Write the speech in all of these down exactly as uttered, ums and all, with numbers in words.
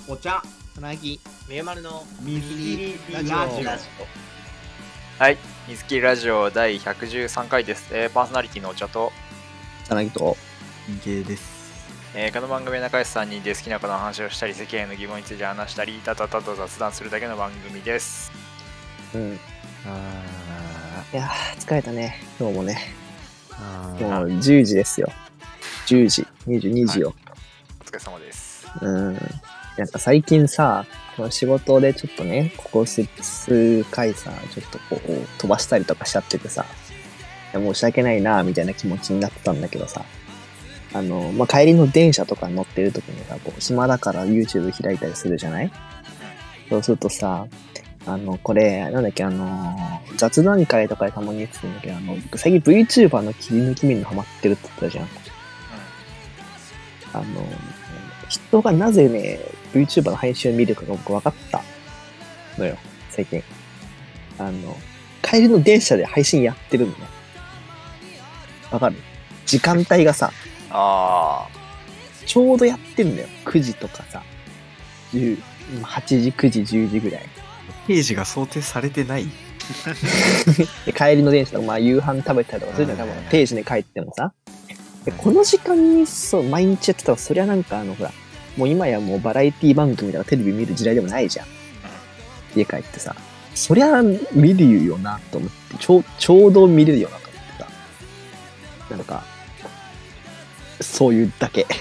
お茶、 つなぎ、 みゆまるの水切りラジオ。 はい、水切りラジオだいひゃくじゅうさんかいです。えー、パーソナリティのお茶と、 つなぎと、 ゲーです。 えー、この番組は仲良しさんにんで好きなことの話をしたり、世間への疑問について話したり、たたたと雑談するだけの番組です。 うん。 あいやー、疲れたね。今日もね。 あもうじゅうじですよ。じゅうじ、にじゅうにじよ。 お疲れ様です。 うん。なんか最近さ、この仕事でちょっとね、ここ数数回さ、ちょっとこう、飛ばしたりとかしちゃっててさ、いや申し訳ないなみたいな気持ちになってたんだけどさ、あの、まあ、帰りの電車とか乗ってる時にさ、こう、暇だから YouTube 開いたりするじゃない？そうするとさ、あの、これ、なんだっけ、あの、雑談会とかでたまに言ってたんだけど、あの、僕最近 VTuber の切り抜き見るのハマってるって言ったじゃん。あの、人がなぜね、VTuber の配信を見るかが僕分かったのよ、最近。あの、帰りの電車で配信やってるのね。わかる？時間帯がさ、 あちょうどやってんだよ。くじとかさ、じゅう、はちじ、くじ、じゅうじぐらい。 ページが想定されてない。 で帰りの電車とか、まあ夕飯食べたりとか、そういうのが多分定時に帰ってもさ、でこの時間にそう、毎日やってたら、そりゃなんかあの、ほら、もう今やもうバラエティ番組とかテレビ見る時代でもないじゃん。家帰ってさ、そりゃ見るよなと思って、ちょう、ちょうど見れるよなと思ってさ、なんか、そういうだけ。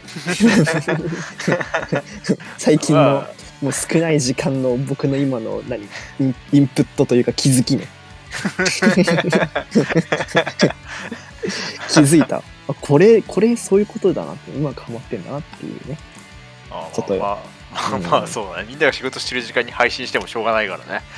最近のもう少ない時間の僕の今の何イン、インプットというか気づきね。気づいた。あ、これ、これそういうことだなって、うまくハマってんだなっていうね。 あ、 ちょっとまあまあ、まあ、まあ、そうだね。みんなが仕事してる時間に配信してもしょうがないからね。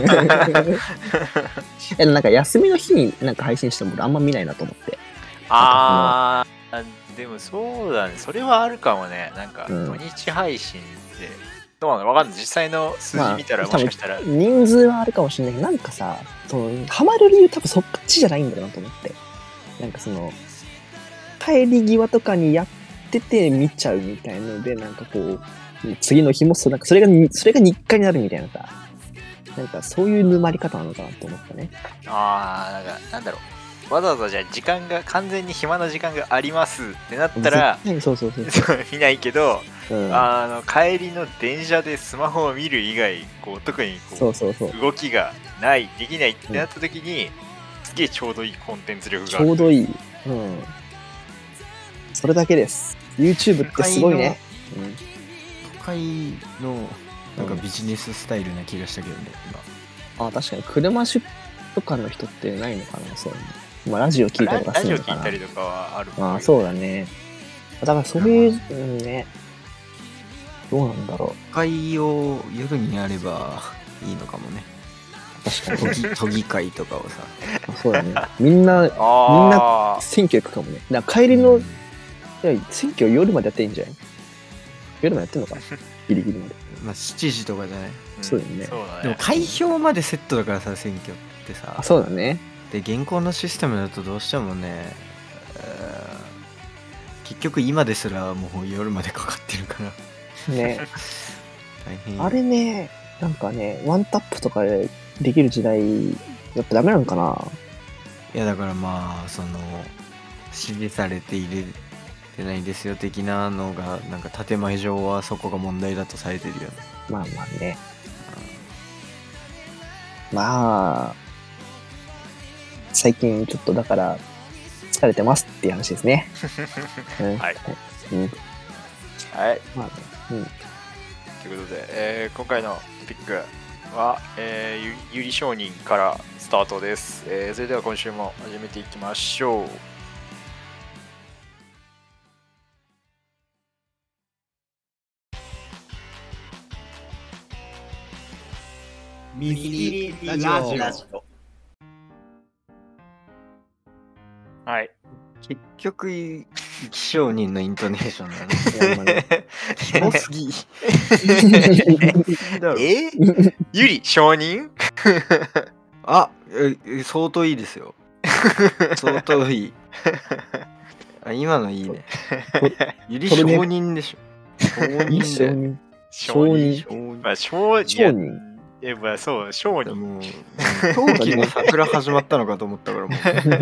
え、なんか休みの日になんか配信しても俺あんま見ないなと思って。 あー、でもそうだね。それはあるかもね。なんか、 うん土日配信って、どうなのわかんない。実際の数字見たら、 まあもしかしたら。 人数はあるかもしれないけど、なんかさ、その、ハマる理由多分そっちじゃないんだろうなと思って。なんかその、帰り際とかにやってて見ちゃうみたいので、なんかこう、次の日もそう、なんかそれが、それが日課になるみたいなさ、なんかそういう沼り方なのかなと思ったね。 あー、なんか、なんだろう。わざわざじゃあ時間が、完全に暇な時間がありますってなったら、 絶対そうそうそう。 そう見ないけど、 うん、 あの帰りの電車でスマホを見る以外こう特にこうそうそうそう。 動きがないできないってなった時に、すげえちょうどいいコンテンツ力がある。 ちょうどいい。うん。それだけです。YouTube ってすごいね。 都会のなんかビジネススタイルな気がしたけどね、 うん、あ、確かに車出とかの人ってないのかな、そういうの。まあラジオ聞いたりとかするのかな。 ラジオ聞いたりとかはある。 ああ、そうだね。だからそういう、うんね。どうなんだろう。 都会を夜にやればいいのかもね。 確かに。 都議、都議会とかをさ。 そうだね。みんな、みんな選挙行くかもね。だから帰りの、うん、いや、選挙夜までやっていいんじゃない？夜までやってんのかなギリギリまで。 まあしちじとかじゃない？ うん、そうだよね。 そうだね。 でも開票までセットだからさ、選挙ってさ。 あ、そうだね。 で、現行のシステムだとどうしてもね、結局今ですらもう夜までかかってるから。 ね。 大変。 あれね、なんかね、ワンタップとかでできる時代、やっぱダメなのかな？ いやだからまあその指示されて入れてないですよ的なのがなんか建前上はそこが問題だとされてるよね。 まあまあね。まあ最近ちょっとだから疲れてますっていう話ですね。うん、 はい。 うん、 はい。 まあね、うん。 ということで、えー、今回のトピックは、えー、ゆ, ゆり商人からスタートです、えー。それでは今週も始めていきましょう。 水切りラジオ。 はい。 結局生き証人のイントネーションだね。キモすぎ。 えゆり証人あえ、相当いいですよ。相当いい。あ、今のいいね。ゆり証人でしょ。証人で。 商人。 商人まあ、商人。 商人え、まあそう、商人。 もう冬季の桜始まったのかと思ったからも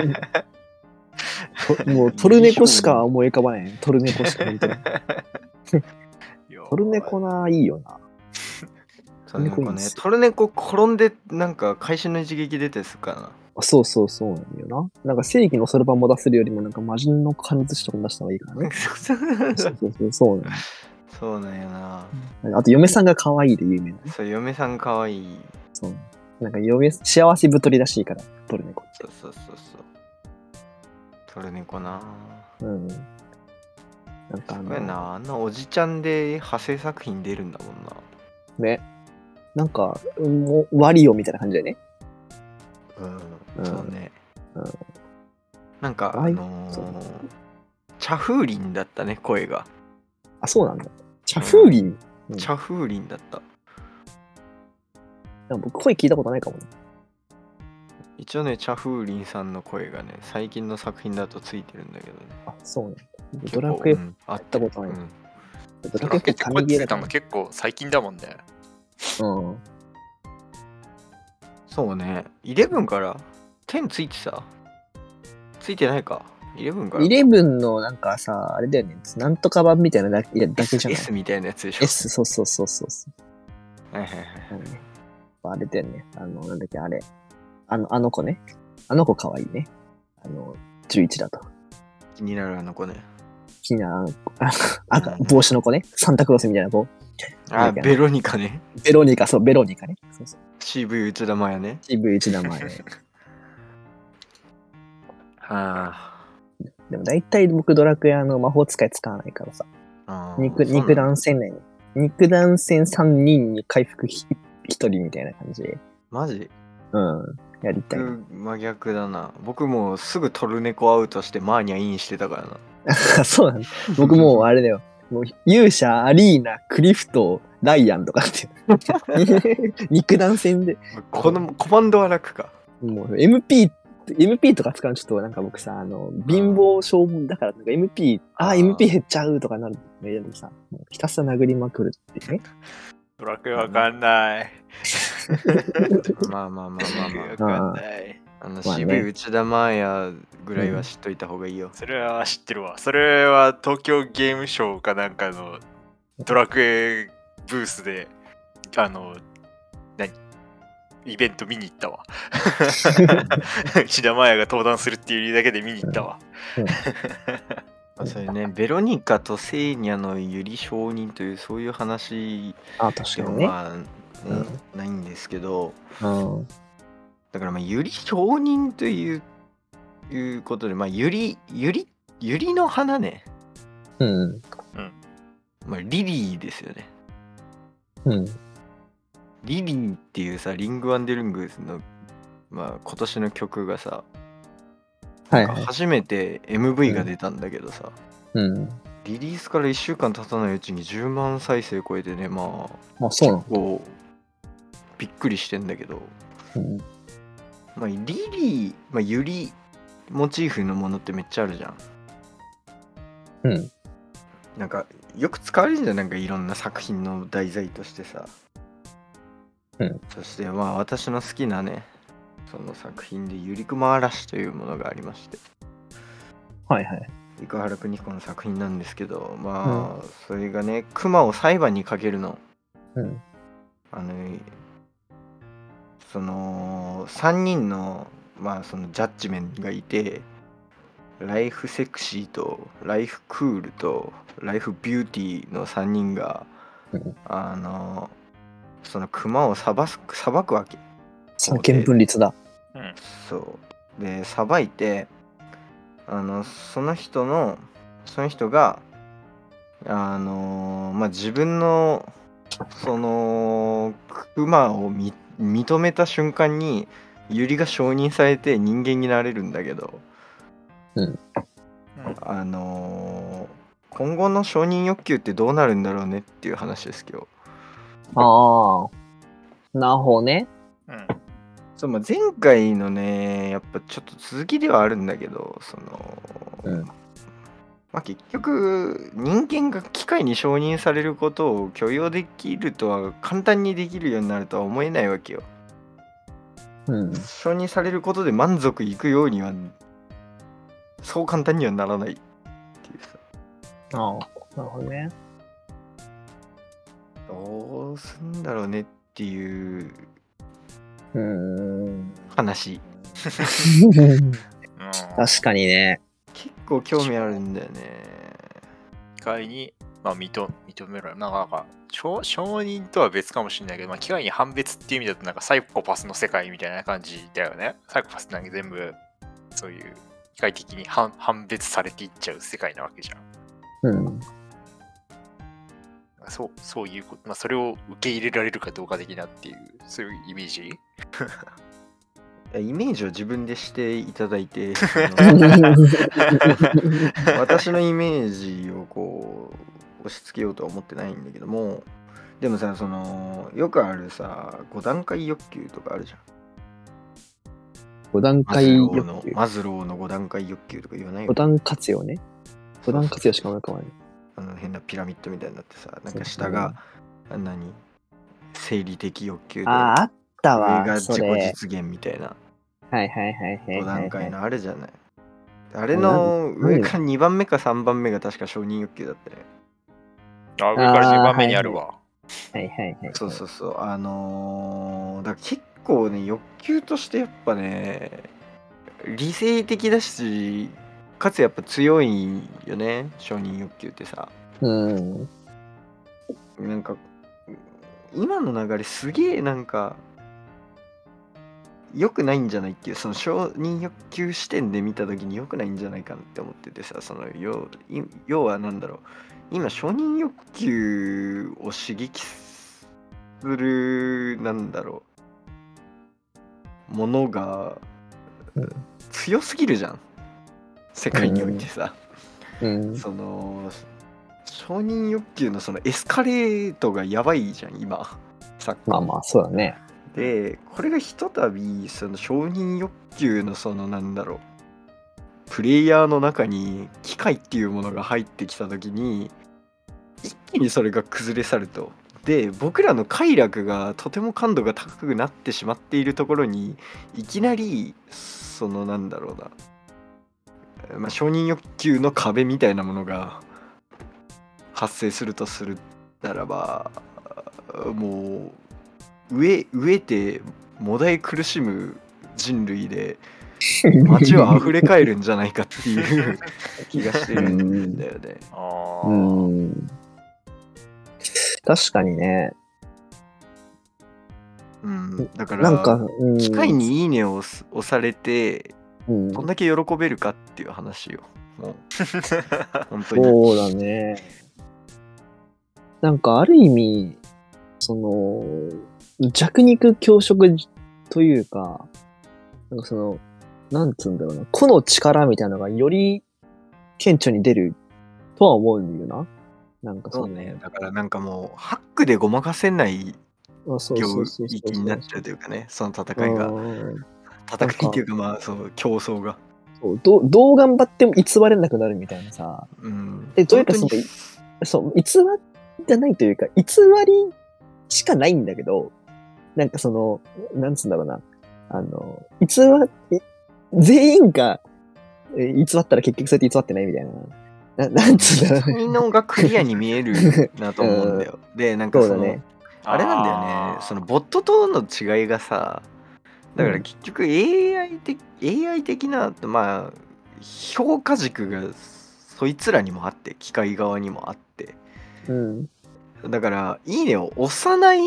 ともうトルネコしか思い浮かばない。トルネコしか本当に。トルネコな、いいよな。 トルネコね、トルネコ転んでなんか会心の一撃出てすかな。 あ、そうそうそうなんだよな。なんか正義のそろばんも出せるよりもなんか魔人の金槌とか出した方がいいからね。そうそうそう、そうなんだ。 そうなんやな。 あと嫁さんが可愛いで有名な、ね。 そう、嫁さん可愛い。 そう。なんか嫁、幸せ太りらしいから、トルネコって。 そうそうそうそう。トルネコな。 うん。なんかあの。 すごいな、あんなおじちゃんで派生作品出るんだもんな。 ね。なんか、もうワリオみたいな感じだよね。 うん、そうね。 うん。 なんか、あのー、チャフーリンだったね、声が。 あ、そうなんだ。チャフーリン、 うん、チャフーリンだった。 なんか僕、声聞いたことないかもね。 一応ね、チャフーリンさんの声がね、最近の作品だとついてるんだけどね。 あ、そうなんだ。ドラクエ、うん、会ったことない。うん、 ドラクエって声ついたの結構最近だもんね。 うん。 そうね。じゅういちからじゅうついてさ。ついてないか。じゅういちから。 じゅういちのなんかさ、あれだよね。なんとか版みたいなだけだけじゃない S, S みたいなやつでしょ。 S、そうそうそうそうそう。 はいはいはい。 あれだよね。あの、なんだっけ、あれ。あの、あの子ね。あの子かわいいね。あの、じゅういちだと。 気になるあの子ね。 気になるあの子。赤、帽子の子ね。サンタクロースみたいな子。 あ、ベロニカね。 ベロニカ、そう、ベロニカね。そうそう。 シーブイ 内田真也ね。 シーブイ 内田真也ね。 はあ。 でも大体僕ドラクエあの魔法使い使わないからさ。肉、肉弾戦ね。肉弾戦さんにんに回復ひとりみたいな感じで。 マジ？ うん。やりたい。 真逆だな。僕もうすぐトルネコアウトしてマーニャインしてたからな。 そうなんだ。僕もうあれだよ。もう勇者、アリーナ、クリフト、ライアンとかって肉弾戦でこのコマンドは楽か。 もう エムピー、エムピー とか使うのちょっとなんか僕さ、あの貧乏症だからなんか エムピー、ああ エムピー 減っちゃうとかなるのやるさ、もうひたすら殴りまくるってね。 ドラクエわかんない。 まあまあまあまあまあ。 わかんない。 あの渋い内田真也ぐらいは知っといた方がいいよ、 うん、それは知ってるわ。それは東京ゲームショウかなんかのドラクエブースであの何イベント見に行ったわ。内田真也が登壇するっていう理由だけで見に行ったわ。 うん、そういうね、ベロニカとセーニャのユリ証人というそういう話ではまあ、 うん、ないんですけど、 うん、 だからまあユリ証人といういうことで、まあユリユリユリの花ね。 うん。うん。 まあリリーですよね。 うん。 リリーっていうさ、リングワンデルングスのまあ今年の曲がさ、 はいはい、 初めて エムブイ が出たんだけどさ、 うん、 リリースからいっしゅうかん経たないうちにじゅうまん再生超えてね、まあ、 あ、そうなの？ 結構びっくりしてんだけど、 うん、 まあリリー、まあユリモチーフのものってめっちゃあるじゃん。 うん。 なんかよく使われるんじゃん、なんかいろんな作品の題材としてさ。 うん。 そしてまあ私の好きなね、その作品でゆりくま嵐というものがありまして。 はいはい。 生原邦彦の作品なんですけど、まあ、うん、それがね、熊を裁判にかけるの。 うん。 あの、そのさんにんのまあそのジャッジメンがいて、ライフセクシーとライフクールとライフビューティーのさんにんが、 うん、 あのその熊を裁く裁くわけ。 三権分立だ。 うん、そうで裁いて、あのその人のその人があのまあ自分のその熊をみ認めた瞬間にユリが承認されて人間になれるんだけど、 うん、 あのー、今後の承認欲求ってどうなるんだろうねっていう話です今日。 ああ、なるほどね。 うん。そう、まあ、前回のねやっぱちょっと続きではあるんだけど、その、 うん、 ままあ、結局人間が機械に承認されることを許容できるとは簡単にできるようになるとは思えないわけよ。 うん。 承認されることで満足いくようにはそう簡単にはならないっていうさ。 ああ、なるほどね。 どうすんだろうねっていううーん。 話。 うん確かにね。 結構興味あるんだよね。 機械に、まあ、認認めろよ。なんか、なんか承承認とは別かもしれないけど、まあ、機械に判別っていう意味だと、なんかサイコパスの世界みたいな感じだよね。サイコパスってなんか全部、そういう機械的に判判別されていっちゃう世界なわけじゃん。 うん。 そうそういうこと、まあ、それを受け入れられるかどうか的なっていう、そういうイメージ。 イメージを自分でしていただいてあの私のイメージをこう押し付けようとは思ってないんだけども、でもさ、そのよくあるさご段階欲求とかあるじゃん。 五段マズ階ローの欲求。 マズローのご段階欲求とか言わないよ。 五段活用ね。五段活用しか思い浮かばない。 あの変なピラミッドみたいになってさ、なんか下が何生理的欲求でああ、あった上わ。 が自己それ。 実現みたいなはいはいはいはいごはい、はい。 段階のあるじゃない。あれの上からにばんめかさんばんめが確か承認欲求だったね。 あ、上からにばんめにあるわ。 はいはいはい、はい。 そうそうそう。あのー、だから結構ね、欲求としてやっぱね、理性的だし、かつやっぱ強いよね、承認欲求ってさ。 うん。 なんか、今の流れすげえなんか、良くないんじゃないっていう、その承認欲求視点で見た時に良くないんじゃないかなって思っててさ、その要要はなんだろう、今承認欲求を刺激するなんだろうものがうん強すぎるじゃん、世界においてさ、 うん。 その承認欲求のそのエスカレートがやばいじゃん今昨今。 まあまあ、そうだね。 でこれがひとたびその承認欲求のそのなんだろうプレイヤーの中に機械っていうものが入ってきた時に一気にそれが崩れ去ると。で僕らの快楽がとても感度が高くなってしまっているところにいきなりそのなんだろうな、まあ、承認欲求の壁みたいなものが発生するとするならば、もう飢え飢えてもだえ苦しむ人類で街は溢れ返るんじゃないかっていう気がしてるんだよね。 あうーん。確かにね。 うん、だからなんか、うん、 機械にいいねを押す押されてうん、 どんだけ喜べるかっていう話よ。もう本当に。 そうだね。なんかある意味、その、弱肉強食というか、なんかその、なんつうんだろうな、個の力みたいなのがより顕著に出るとは思うんだよな。なんかその、 そうね。だからなんかもうハックでごまかせないあそう領そうそうそう域になっちゃうというかね、その戦いが。 うん戦いっていうかまあそう競争が。 そうどうどう頑張っても偽れなくなるみたいなさ。 うん。 でどういうか本当にそう、偽じゃないというか、偽りしかないんだけど、なんかその、なんつうんだろうな。あの、偽い全員がえ偽ったら結局そうやって偽ってないみたいな。ななんつうんだろうね。 才能がクリアに見えるなと思うんだよ。で、なんかその、 そうだね。 あれなんだよね、 あーそのボットとの違いがさ、だから結局 エーアイ 的、エーアイ 的な、まあ、評価軸がそいつらにもあって、機械側にもあって、 うん。 だから、いいねを押さない、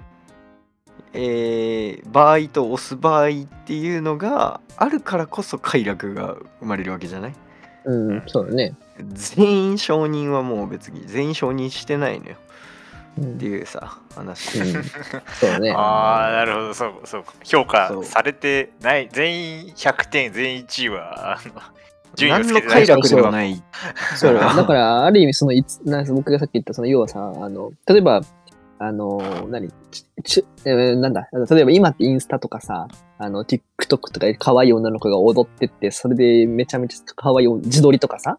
えー場合と押す場合っていうのがあるからこそ快楽が生まれるわけじゃない？ うん、そうだね。 全員承認はもう別に全員承認してないのようんっていうさ話。 うんそうだね。 あー、なるほど、そうそうか。評価そうされてない、全員ひゃくてん、全員いちいは、あの順位を何つけてないの快楽でもない。 そうだ。だから、ある意味、その、いつ、なんか僕がさっき言った、その、要はさ、あの、例えば、あの、何ちちえーなんだ、例えば今ってインスタとかさ、あの、TikTok とかで可愛い女の子が踊ってって、それでめちゃめちゃ可愛い自撮りとかさ、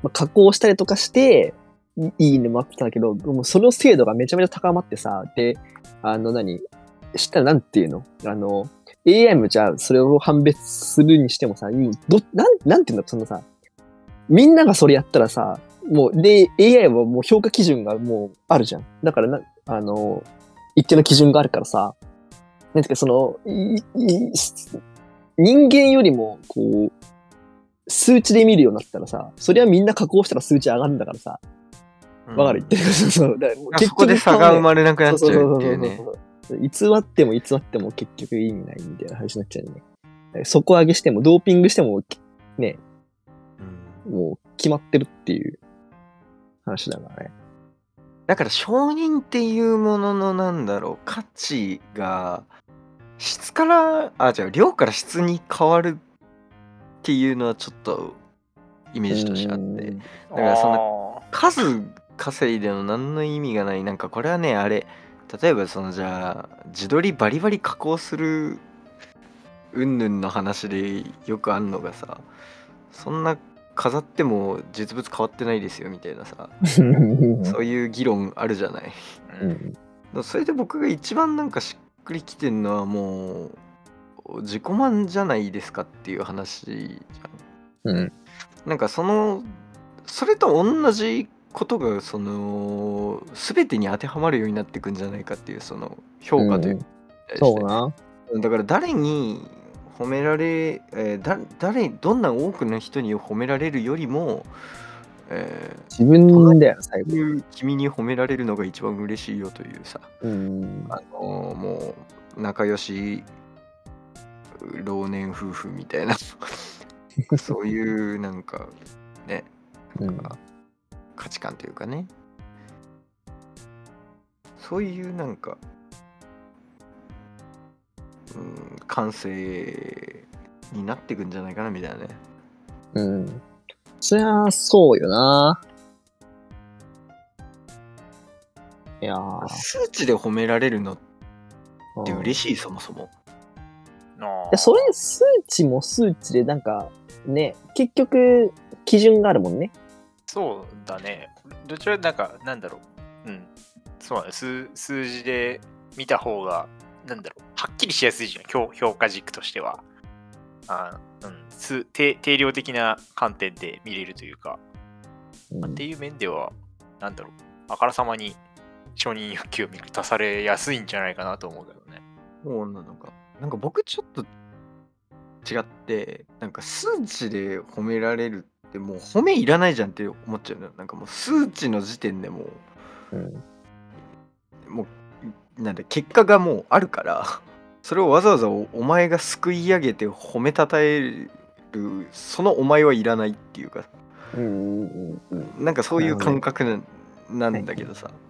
まあ、加工したりとかして、いいねもらってたんだけど、もうその精度がめちゃめちゃ高まってさ、で、あの何、したらなんていうのあの、エーアイ もじゃあそれを判別するにしてもさ、ど、なん、なんていうのそのさ、みんながそれやったらさ、もう、で、エーアイ はもう評価基準がもうあるじゃん。だからな、あの、一定の基準があるからさ、なんていうかその、いい人間よりも、こう、数値で見るようになったらさ、それはみんな加工したら数値上がるんだからさ、わかる言ってるそうそう。だからもうあそこで差が生まれなくなっちゃうっていうね。 偽っても偽っても結局意味ないみたいな話になっちゃうね。底上げしても、ドーピングしても、ね、うん、もう決まってるっていう話だからね。 だから承認っていうもののなんだろう、価値が質から、あ、じゃあ量から質に変わるっていうのはちょっとイメージとしてあって、だからその数稼いでも何の意味がない。なんかこれはね、あれ、例えばそのじゃあ自撮りバリバリ加工するうんぬんの話でよくあんのがさ、そんな飾っても実物変わってないですよみたいなさそういう議論あるじゃない、うん、それで僕が一番なんかしっくりきてんのはもう自己満じゃないですかっていう話じゃん、うん、なんかそのそれと同じことがその全てに当てはまるようになっていくんじゃないかっていうその評価という、うん、 そうな。 だから誰に褒められ、えー、だ誰どんな多くの人に褒められるよりも、 えー、自分だよ最後君に褒められるのが一番嬉しいよというさ、うん、あのー、もう仲良し老年夫婦みたいなそういうなんかね、なんか価値観というかね、そういうなんか、うん、感性になっていくんじゃないかなみたいなね。 うん。そりゃそうよな。いやー。 数値で褒められるのって嬉しい、そもそも。 いやそれ数値も数値でなんかね、結局基準があるもんね。 そうだね。どちらなんかなんだろう。うん。そうだね。数数字で見た方がなんだろう。はっきりしやすいじゃん。評評価軸としては。あうん、数定定量的な観点で見れるというか、うんまあ、っていう面ではなんだろう。あからさまに承認欲求を満たされやすいんじゃないかなと思うけどね。 そうなのか。なんか僕ちょっと違って、なんか数値で褒められるってもう褒めいらないじゃんって思っちゃうのよ。なんかもう数値の時点でもう、うん、もうなんで結果がもうあるからそれをわざわざ お, お前がすくい上げて褒めたたえるそのお前はいらないっていうか、うんうんうん、なんかそういう感覚 な, なんだけどさ、はい、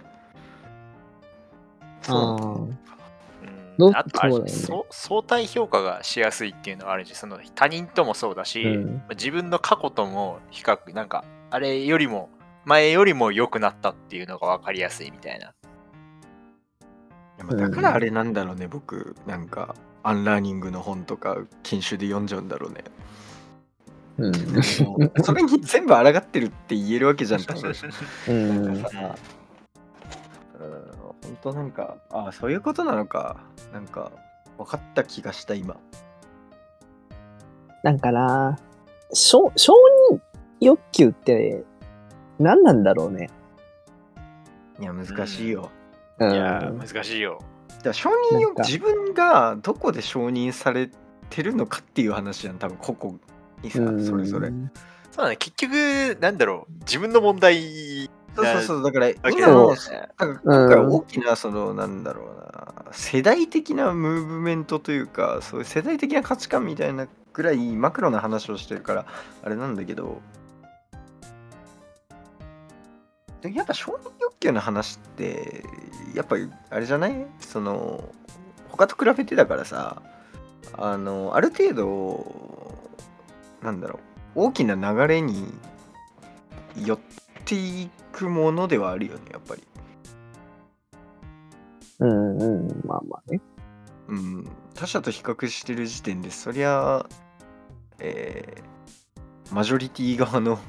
そうなんうん、あとあれ、ね、相対評価がしやすいっていうのはあるし、その他人ともそうだし、うん、自分の過去とも比較、なんかあれよりも前よりも良くなったっていうのが分かりやすいみたいな。 だからあれなんだろうね、うん、僕なんかアンラーニングの本とか研修で読んじゃうんだろうね。うん、それに全部抗ってるって言えるわけじゃん多分。うん、なんかさ、本当なんかああそういうことなのか、なんか分かった気がした今。 なんかな、承認欲求って何なんだろうね。 いや難しいよ。 うん、いや難しいよ。 だから承認欲自分がどこで承認されてるのかっていう話じゃん多分個々にさ、それぞれ。 そうだね、結局なんだろう自分の問題。 そうそうそう、だから今の、今回大きなそのなんだろうな、世代的なムーブメントというか、そういう世代的な価値観みたいなぐらいマクロな話をしてるからあれなんだけど、やっぱ承認欲求の話ってやっぱりあれじゃない？その他と比べてだからさ、あのある程度なんだろう大きな流れによっていくものではあるよねやっぱり。 うんうんまあまあね。 うん、他者と比較してる時点でそりゃ、えー、マジョリティ側の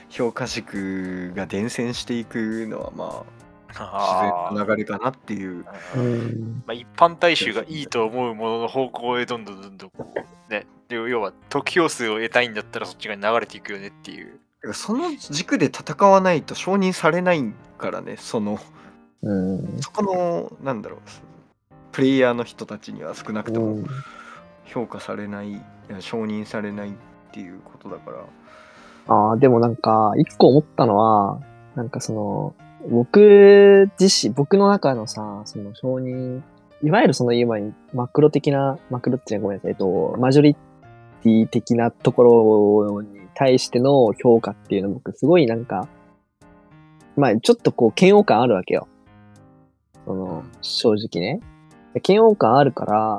評価軸が伝染していくのはまああ自然な流れかなっていう。 ーうん。 まあ、一般大衆がいいと思うものの方向へどんどんどんどんこうね、で要は得票数を得たいんだったらそっち側に流れていくよねっていう。 だからその軸で戦わないと承認されないからね、そのうん。 そこのなんだろう、プレイヤーの人たちには少なくともうん。 評価されない、いや承認されないっていうことだから。 ああ、でもなんか、一個思ったのは、なんかその、僕自身、僕の中のさ、その承認、いわゆるその今にマクロ的な、マクロってごめんなさい、えっと、マジョリティ的なところに対しての評価っていうの僕すごいなんか、まあちょっとこう嫌悪感あるわけよ。その、正直ね。嫌悪感あるから、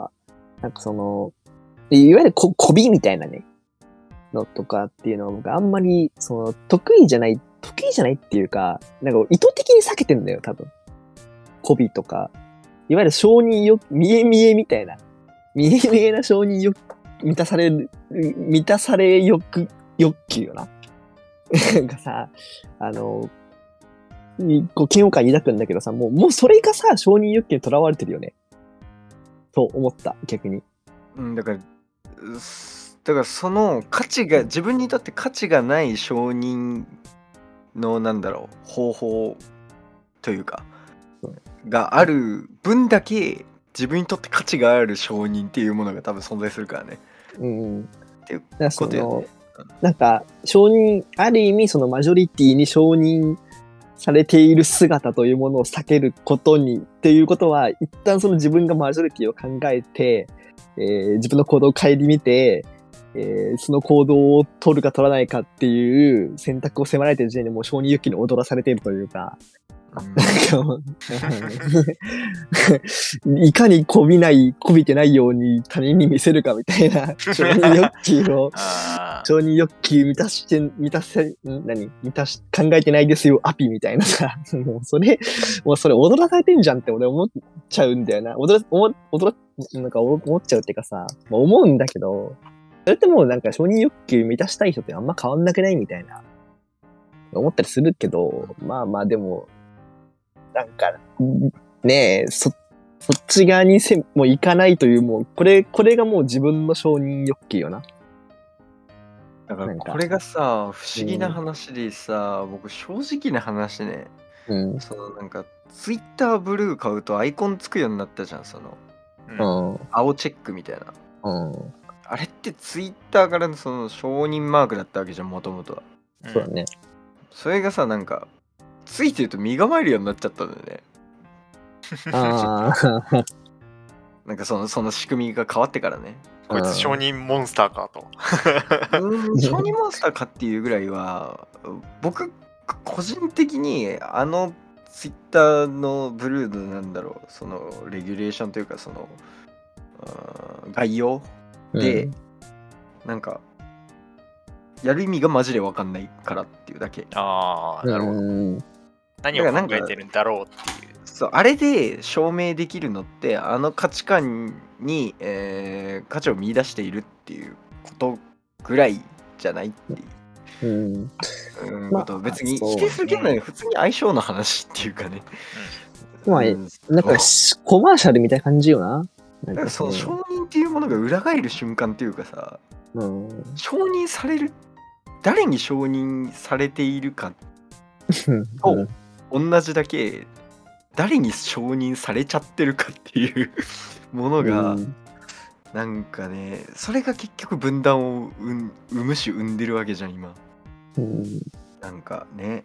なんかその、いわゆるこ、こびみたいなね、のとかっていうのは僕あんまり、その、得意じゃない、得意じゃないっていうか、なんか意図的に避けてんだよ、多分。こびとか。いわゆる承認欲、見え見えみたいな。見え見えな承認欲、満たされる、満たされ欲、欲求よな。なんかさ、あの、こう嫌悪感抱くんだけどさ、もう、もうそれがさ、承認欲求にとらわれてるよね。と思った、逆に。 うん、だから、うすだからその価値が、自分にとって価値がない承認の、なんだろう、方法というか、がある分だけ、自分にとって価値がある承認っていうものが多分存在するからね。 うん。 っていうだからそのことよね。、 なんか、承認、ある意味そのマジョリティに承認されている姿というものを避けることに、っていうことは、一旦その自分がマジョリティを考えて、えー自分の行動を顧みて、えーその行動を取るか取らないかっていう選択を迫られている時点でもう承認欲求に踊らされているというか、 うんなんかもういかにこびない、こびてないように他人に見せるかみたいな承認欲求を、 あー承認欲求満たして、満たせ、ん何満たし、考えてないですよ、アピみたいなさ、もうそれ、もうそれ踊らされてんじゃんって俺思っちゃうんだよな。踊ら、思踊ら、なんか思っちゃうっていうかさ、まあ思うんだけど、それってもうなんか承認欲求満たしたい人ってあんま変わんなくないみたいな、思ったりするけど、まあまあでも、なんか、ねえ、そ、そっち側にせ、もう行かないという、もう、これ、これがもう自分の承認欲求よな。 だからなんかこれがさ、不思議な話でさ、僕正直な話ね、 うん。 そのなんか、ツイッターブルー買うとアイコンつくようになったじゃん、その、 うんうん。 青チェックみたいな。 うん。 あれってツイッターからのその承認マークだったわけじゃん、もともとは。 うんそうだね。 それがさ、なんか、ついてると身構えるようになっちゃったんだよね。 ああ。 なんかその、その仕組みが変わってからね。 こいつ承認モンスターかと。 うーん、承認モンスターかっていうぐらいは、僕、個人的にあのツイッターのブルーのなんだろう、そのレギュレーションというか、その、あー概要で、 うんなんか、やる意味がマジで分かんないからっていうだけ。 ああ、なるほど。 うん。 何を考えてるんだろうっていう。 そう、あれで証明できるのってあの価値観に、えー価値を見出しているっていうことぐらいじゃないっていう、 うん。 うんまあことを別にそう否定するけどね、普通に相性の話っていうかね。 まあうんなんかし、コマーシャルみたいな感じよな。なんかだからそのの承認っていうものが裏返る瞬間っていうかさ、 うん。 承認される、誰に承認されているかうん同じだけ、誰に承認されちゃってるかっていうものが、 うんなんかね、それが結局分断を生ん生むし生んでるわけじゃん、今。 うんなんかね。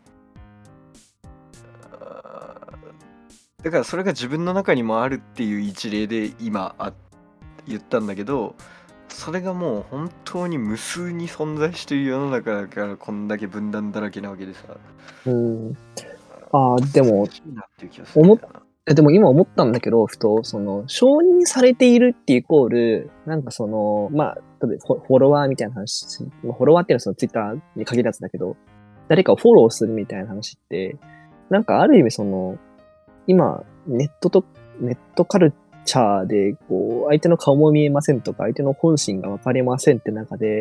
あーだからそれが自分の中にもあるっていう一例で今あ言ったんだけど、それがもう本当に無数に存在している世の中だからこんだけ分断だらけなわけでさ。 うん。ああ、でも、 難しいなっていう気がするんだよな。 えでも今思ったんだけど、ふと、その、承認されているってイコール、なんかその、まあ、例えばフォフォロワーみたいな話、まあフォロワーっていうのはそのツイッターに限らずだけど、誰かをフォローするみたいな話って、なんかある意味その、今、ネットと、ネットカルチャーで、こう、相手の顔も見えませんとか、相手の本心がわかりませんって中で、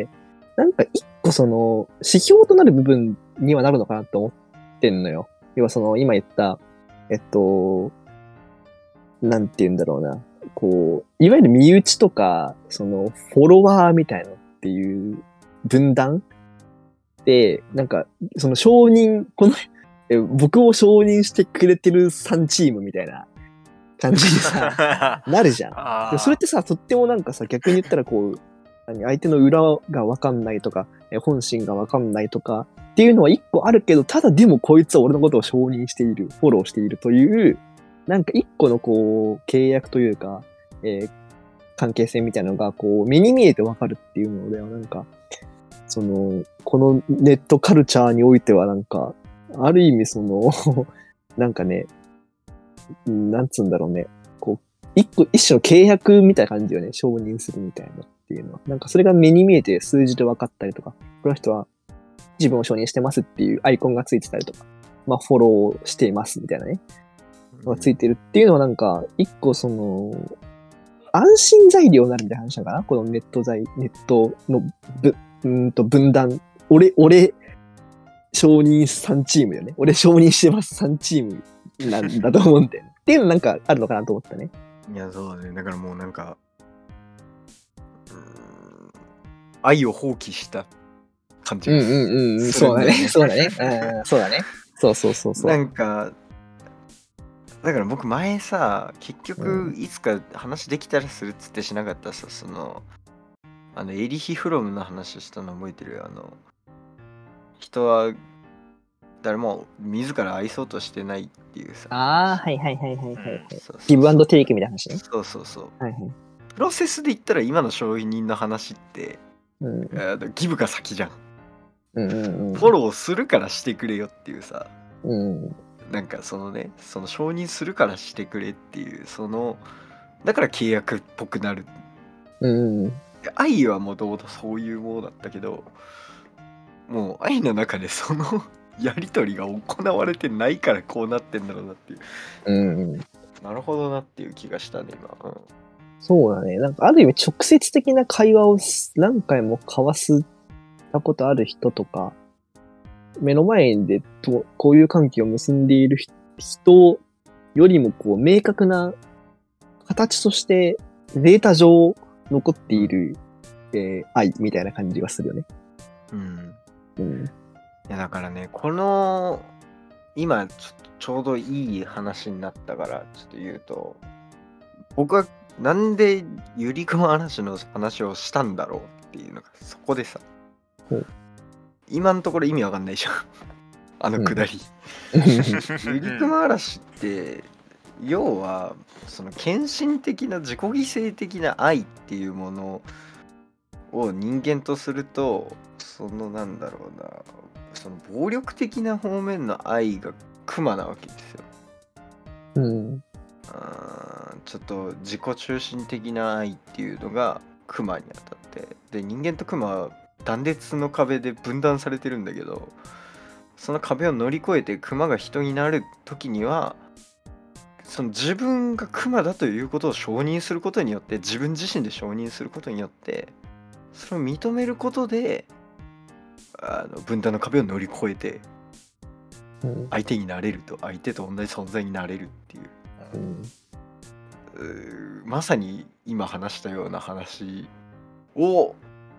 なんか一個その、指標となる部分にはなるのかなって思ってんのよ。要はその、今言った、えっと、なんて言うんだろうな。こう、いわゆる身内とか、その、フォロワーみたいなのっていう分断で、なんか、その承認、この、え僕を承認してくれてるさんチームみたいな感じにさ、なるじゃん。でそれってさ、とってもなんかさ、逆に言ったらこう、何相手の裏がわかんないとか、え本心がわかんないとかっていうのは一個あるけど、ただでもこいつは俺のことを承認している、フォローしているという、なんか一個のこう、契約というか、えー関係性みたいなのが、こう、目に見えてわかるっていうのでは、なんか、その、このネットカルチャーにおいてはなんか、ある意味その、なんかね、なんつうんだろうね、こう、一個、一種の契約みたいな感じをね、承認するみたいなっていうのは、なんかそれが目に見えて数字で分かったりとか、この人は自分を承認してますっていうアイコンがついてたりとか、まあフォローしていますみたいなね、のがついてるっていうのはなんか、一個その、安心材料になるみたいな話だかな、このネット材、ネットのぶ、うんと分断。俺、俺、承認さんチームだよね。俺承認してますさんチームなんだと思うんだよね。っていうのなんかあるのかなと思ったね。 いや、そうだね。だからもうなんか、うーん愛を放棄した感じがうんうんうんうん。 するんだよね。 そうだね。そうだね。うん、そうだね。そうそうそうそう。 なんか、だから僕前さ、結う局いつか話できたらするっつってしなかったさ、その、あの、エリヒ・フロムの話したの覚えてる？あの、人は誰も自ら愛そうとしてないっていうさ。 ああ、はいはいはいはいはい、はい。 そうそうそうギブアンドテイクみたいな話ね。 そうそうそう。 はいはい。 プロセスで言ったら今の承認の話って、 うんあのギブが先じゃん。 うんうんうん。 フォローするからしてくれよっていうさ、 うんなんかそのね、その承認するからしてくれっていう、その、だから契約っぽくなる。 うんうん。 愛はもともとそういうものだったけど、もう愛の中でそのやりとりが行われてないからこうなってんだろうなっていう。 うんうん。 なるほどなっていう気がしたね、今。うん、 そうだね。なんかある意味直接的な会話を何回も交わすたことある人とか、目の前でとこういう関係を結んでいる人よりもこう明確な形としてデータ上残っている、えー愛みたいな感じがするよね。 うん。 うん。 いやだからね、この今ちょっとちょうどいい話になったからちょっと言うと、僕はなんでゆりくま嵐の話をしたんだろうっていうのがそこでさ、 ほう今のところ意味わかんないじゃん。あのくだり。ゆりくま嵐って要はその献身的な自己犠牲的な愛っていうものを人間とすると、そのなんだろうな、その暴力的な方面の愛がクマなわけですよ。 うん。 あーちょっと自己中心的な愛っていうのがクマにあたって、で人間とクマは断絶の壁で分断されてるんだけど、その壁を乗り越えてクマが人になる時には、その自分がクマだということを承認することによって、自分自身で承認することによって、それを認めることであの分断の壁を乗り越えてうん相手になれると、相手と同じ存在になれるっていう、 うんうーまさに今話したような話を、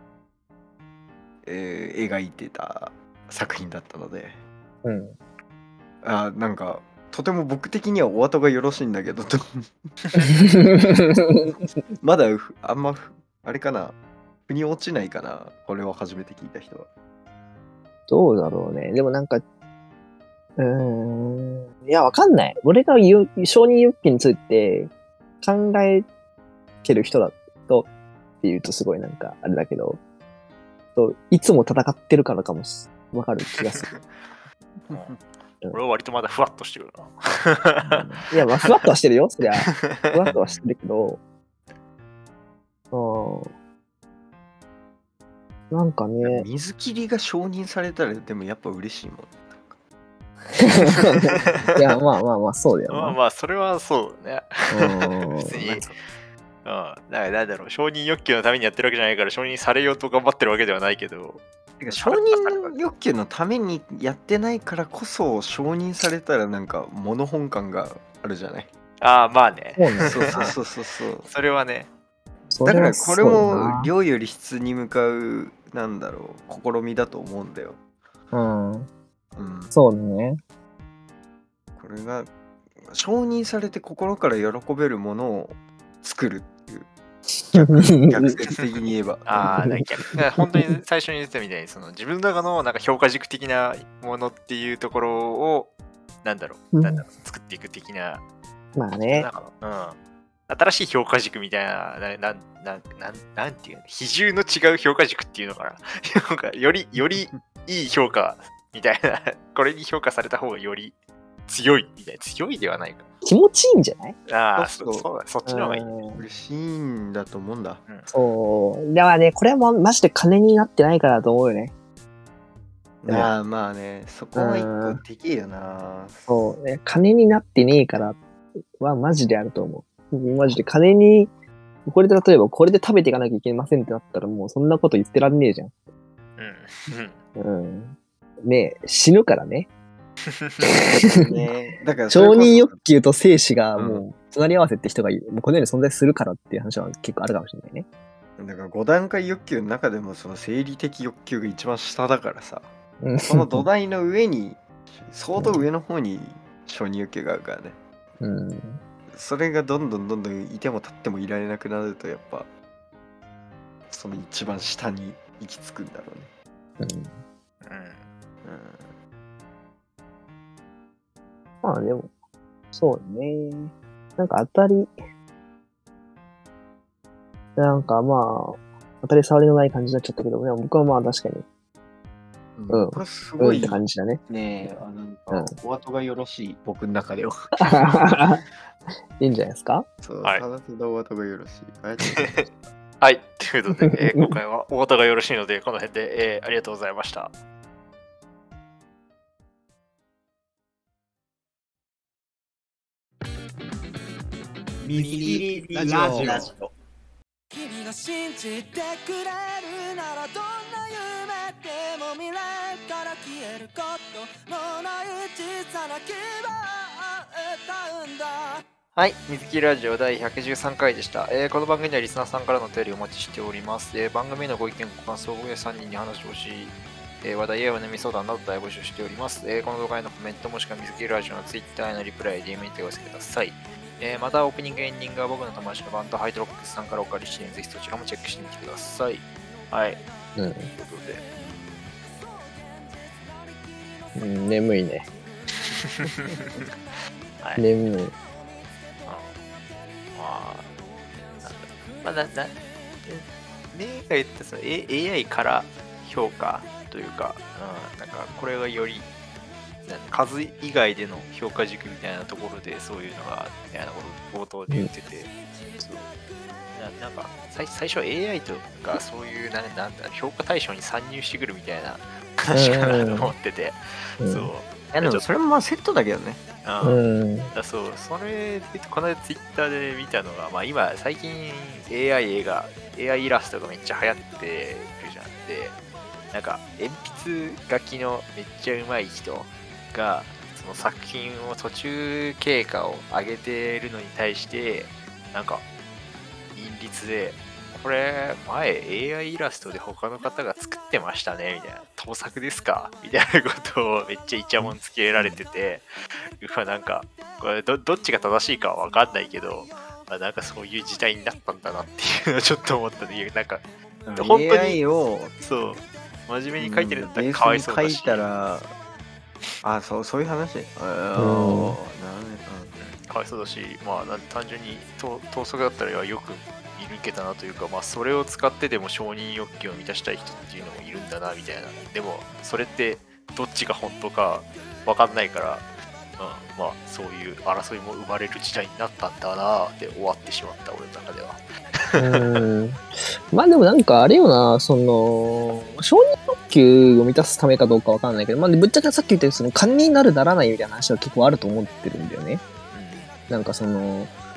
えー描いてた作品だったので、 うん。 あーなんかとても僕的にはお後がよろしいんだけどとまだふあんまふあれかな、腑に落ちないかな、これを初めて聞いた人は。 どうだろうね。でもなんか、うーん。いや、わかんない。俺がよ承認欲求について考えてる人だとっていうとすごいなんかあれだけど、といつも戦ってるからかもしわかる気がする。 うん俺は割とまだふわっとしてるな。 いや、まあ、ふわっとはしてるよ。そりゃ、ふわっとはしてるけど、うん。なんかね、 水切りが承認されたらでもやっぱ嬉しいもん。 いや、まあまあまあ、そうだよな。 まあまあ、それはそうだね。 うん別に、 だからなんだろう、承認欲求のためにやってるわけじゃないから、承認されようと頑張ってるわけではないけど、 てか承認欲求のためにやってないからこそ承認されたらなんかモノ本感があるじゃない。 ああ、まあね。 そうね。 そうそうそうそうそうそれはね。 そだからこれはそうだもな量より質に向かうなんだろう試みだと思うんだよ。 うん。 うん。 そうね。 これが承認されて心から喜べるものを作るっていう逆説的に言えば。 ああ、なんか逆本当に最初に言ってたみたいに、その自分の中のなんか評価軸的なものっていうところを、なんだろう、なんだろう作っていく的な、 まあねなん。かのうん、新しい評価軸みたいな、ななんなんなんなんていうの、比重の違う評価軸っていうのかな。なんかより、よりいい評価みたいな、これに評価された方がより強いみたいな、強いではないか。 気持ちいいんじゃない？ ああ、 そそううそうだ、そっちの方がいい。 うん嬉しいんだと思うんだ。 そう。だからね、これもマジで金になってないからだと思うよね。うんああまあね、そこは一個でけえよな。 そう。ね金になってねえからはマジであると思う。マジで金に、これで例えばこれで食べていかなきゃいけませんってなったらもうそんなこと言ってらんねえじゃん。 うん。うん。 うん。ねえ、死ぬからね。 ね、だからそれ承こそ認欲求と生死がうんもう隣り合わせって人がいる。もうこの世に存在するからっていう話は結構あるかもしれないね。 だからご段階欲求の中でもその生理的欲求が一番下だからさ、 うんその土台の上に相当上の方に承認欲求があるからね。 うん。 それがどんどんどんどんいても立ってもいられなくなるとやっぱその一番下に行き着くんだろうね。 うん。 うん。 まあでも、そうね。なんか当たり、なんかまあ、当たり障りのない感じになっちゃったけど、でも僕はまあ確かに、うんこれすうんっごいて感じだね。 ね、あなんうんかお後がよろしい僕の中では。 いいんじゃないですか？ そう、 はいただただお後がよろしい。ありがとうございます。 はい。ということで、えー今回はお方がよろしいので、この辺で、えーありがとうございました。 ミキラジオ。 君が信じてくれるならどんな夢でも未来から消えることのない小さな希望を歌うんだ。 はい、水木ラジオだいひゃくじゅうさんかいでした、えーこの番組ではリスナーさんからのお便りをお待ちしております。えー番組へのご意見、ご感想、さんにんに話してほしい、えー話題やお悩み相談など大募集しております。えーこの動画へのコメントもしくは水木ラジオの Twitter へのリプライ、ディーエム にてお寄せください。えーまた、オープニング、エンディングは僕の友達のバンドハイドロックスさんからお借りして、ぜひそちらもチェックしてみてください。はい、 うんということで。 うん。眠いね。 はい。 眠い。 まあ、まあ、な、な、ねが言ったその エーアイ から評価というか、うん、なんかこれがよりなん数以外での評価軸みたいなところでそういうのがみたいなことを冒頭で言ってて、そうななんか最最初は エーアイ とかそういうななんだ評価対象に参入してくるみたいな話かなと思ってて、 うんそう。 いやでもそれもまあセットだけどね。 ううんん。 だそう、それで、この間ツイッターで見たのが、まあ今、最近 エーアイ 映画、エーアイ イラストがめっちゃ流行ってるじゃん。で、なんか、鉛筆書きのめっちゃ上手い人が、その作品を途中経過を上げてるのに対して、なんか、韻律で、これ、前 エーアイ イラストで他の方が作ってましたね、みたいな。盗作ですかみたいなことをめっちゃイチャモンつけられてて、うわ、なんか、これど、どっちが正しいかはわかんないけど、まあ、なんかそういう時代になったんだなっていうのをちょっと思ったね。なんか、本当にエーアイ をそう、真面目に書いてるんだったベーらかわいスに書いそうだし。 たら、あ、そうそういう話。ああ、 うんなんかわいそうだし、まあ、なん単純に盗盗作だったらよく見抜けたなというか、まあ、それを使ってでも承認欲求を満たしたい人っていうのもいるんだなみたいな。でも、それってどっちが本当かわかんないから、うん、まあ、そういう争いも生まれる時代になったんだなって終わってしまった、俺の中では。 うん。まあでもなんかあれよな、その、承認欲求を満たすためかどうかわかんないけど、まあぶっちゃけさっき言ったようにその金になるならないみたいな話は結構あると思ってるんだよね。なんかその、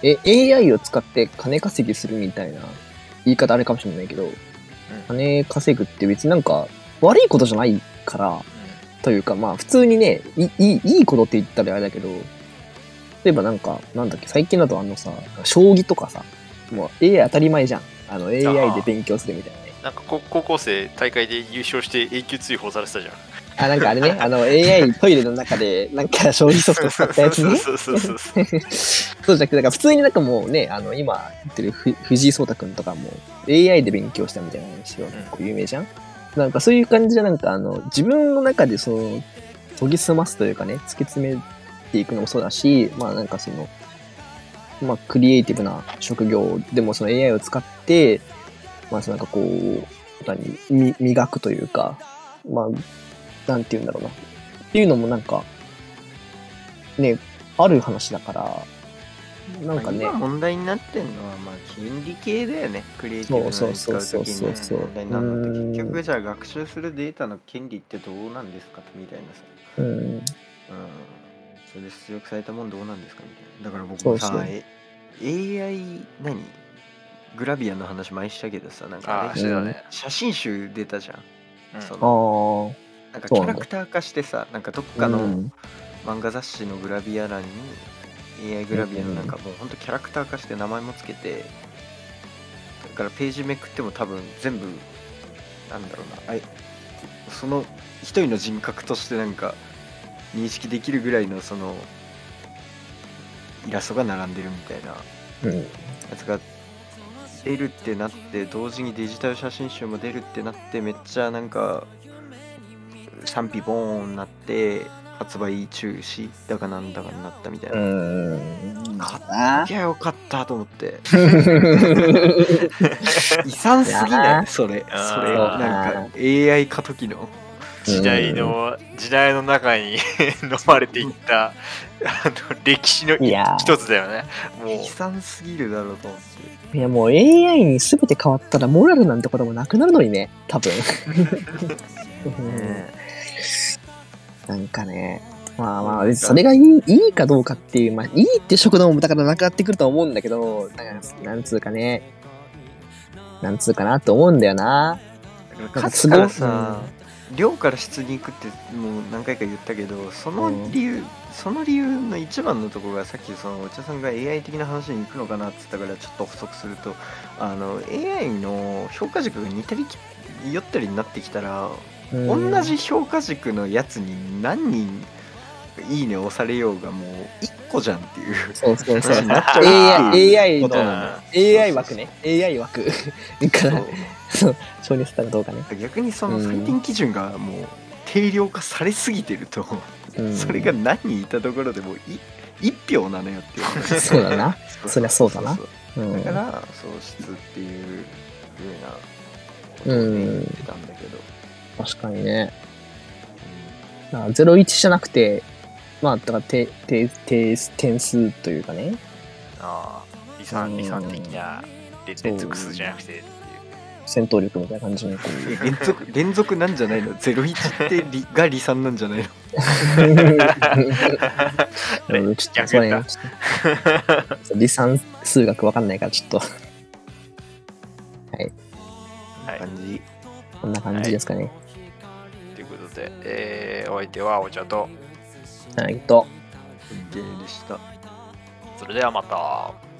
え、エーアイ を使って金稼ぎするみたいな言い方あれかもしれないけど、金稼ぐって別になんか悪いことじゃないから、というかまあ普通にね、いい、いいことって言ったらあれだけど、例えばなんか、なんだっけ、最近だとあのさ、将棋とかさ、もう エーアイ 当たり前じゃん。あの エーアイ で勉強するみたいなね。 なんかこ高校生大会で優勝して永久追放されてたじゃん。 あ、なんかあれね、あの エーアイ トイレの中でなんか将棋ソフト使ったやつね。 そうそうそうそう。 そうじゃなくて、だから普通になんかもうね、あの今言ってるふ藤井聡太くんとかも エーアイ で勉強したみたいな話が結構有名じゃん。なんかそういう感じでなんかあの自分の中でその研ぎ澄ますというかね、突き詰めていくのもそうだし、まあなんかその、まあクリエイティブな職業でもその エーアイ を使って、まあそのなんかこう、何、み磨くというか、まあ、なんて言うんだろうな。っていうのもなんか、ね、ある話だから、なんかね。 まあ、今問題になってるのは、まあ、権利系だよね。クリエイティブなのに使うときにね問題になるのって、結局じゃあ学習するデータの権利ってどうなんですかみたいなさ。 うん。 うん。それで出力されたもんどうなんですかみたいな。だから僕もさ、 そうそうエーアイ、何グラビアの話前したけどさ、なんかあれああ、してたね。 写真集出たじゃん。 うんそあのあ。 なんかキャラクター化してさ、なんかどっかのうん漫画雑誌のグラビア欄に エーアイ グラビアのなんかもうほんとキャラクター化して名前もつけて、だからページめくっても多分全部なんだろうな、あいその一人の人格としてなんか認識できるぐらいのそのイラストが並んでるみたいなうん。 やつが出るってなって、同時にデジタル写真集も出るってなって、めっちゃなんか賛否ボーンなって発売中止だかなんだかになったみたいな。 うん。 買っあいやよかったと思って遺産すぎないそれあーそれなんか エーアイ 化時の時代の、時代の中に飲まれていったあの歴史のいやー一つだよね。もう悲惨すぎるだろうと思っていやもう エーアイ に全て変わったらモラルなんてこともなくなるのにね、多分。 ねなんかね、まあまあ、それがいいいいかどうかっていう、まあいいって職能もだからなくなってくると思うんだけど、だからなんつうかね、なんつうかなと思うんだよな。 勝つからさ、量から質に行くってもう何回か言ったけど、その理由、うん、その理由の一番のところがさっきそのお茶さんが エーアイ 的な話に行くのかなって言ったからちょっと補足すると、あの エーアイ の評価軸が似たり寄ったりになってきたら、うん、同じ評価軸のやつに何人いいね押されようがもういっこじゃんっていうそうそうそう話になっちゃうエーアイ のことなの。 エーアイ 枠ね エーアイ 枠からそう承認したらどうかね。 逆にその採点基準がもう定量化されすぎてると、うん、それが何人いたところでもいいち票なのよっていう話そうだなそりゃそうだな。 うん、だから喪失っていう風なことを、ね、言ってたんだけど、 確かにね。ゼロイチじゃなくて、まあ、だからててて点数というかね。 ああ、理算、理算的な連続数じゃなくてっていう。 戦闘力みたいな感じにこう。連続、連続なんじゃないの ?ゼロイチ って理が理算なんじゃないのちょっとそれ、ね、理算数学わかんないからちょっと。はい。 はい。感じ。 こんな感じですかね。はいということで、えー、お相手はお茶とはいとゲーでした。 それではまた。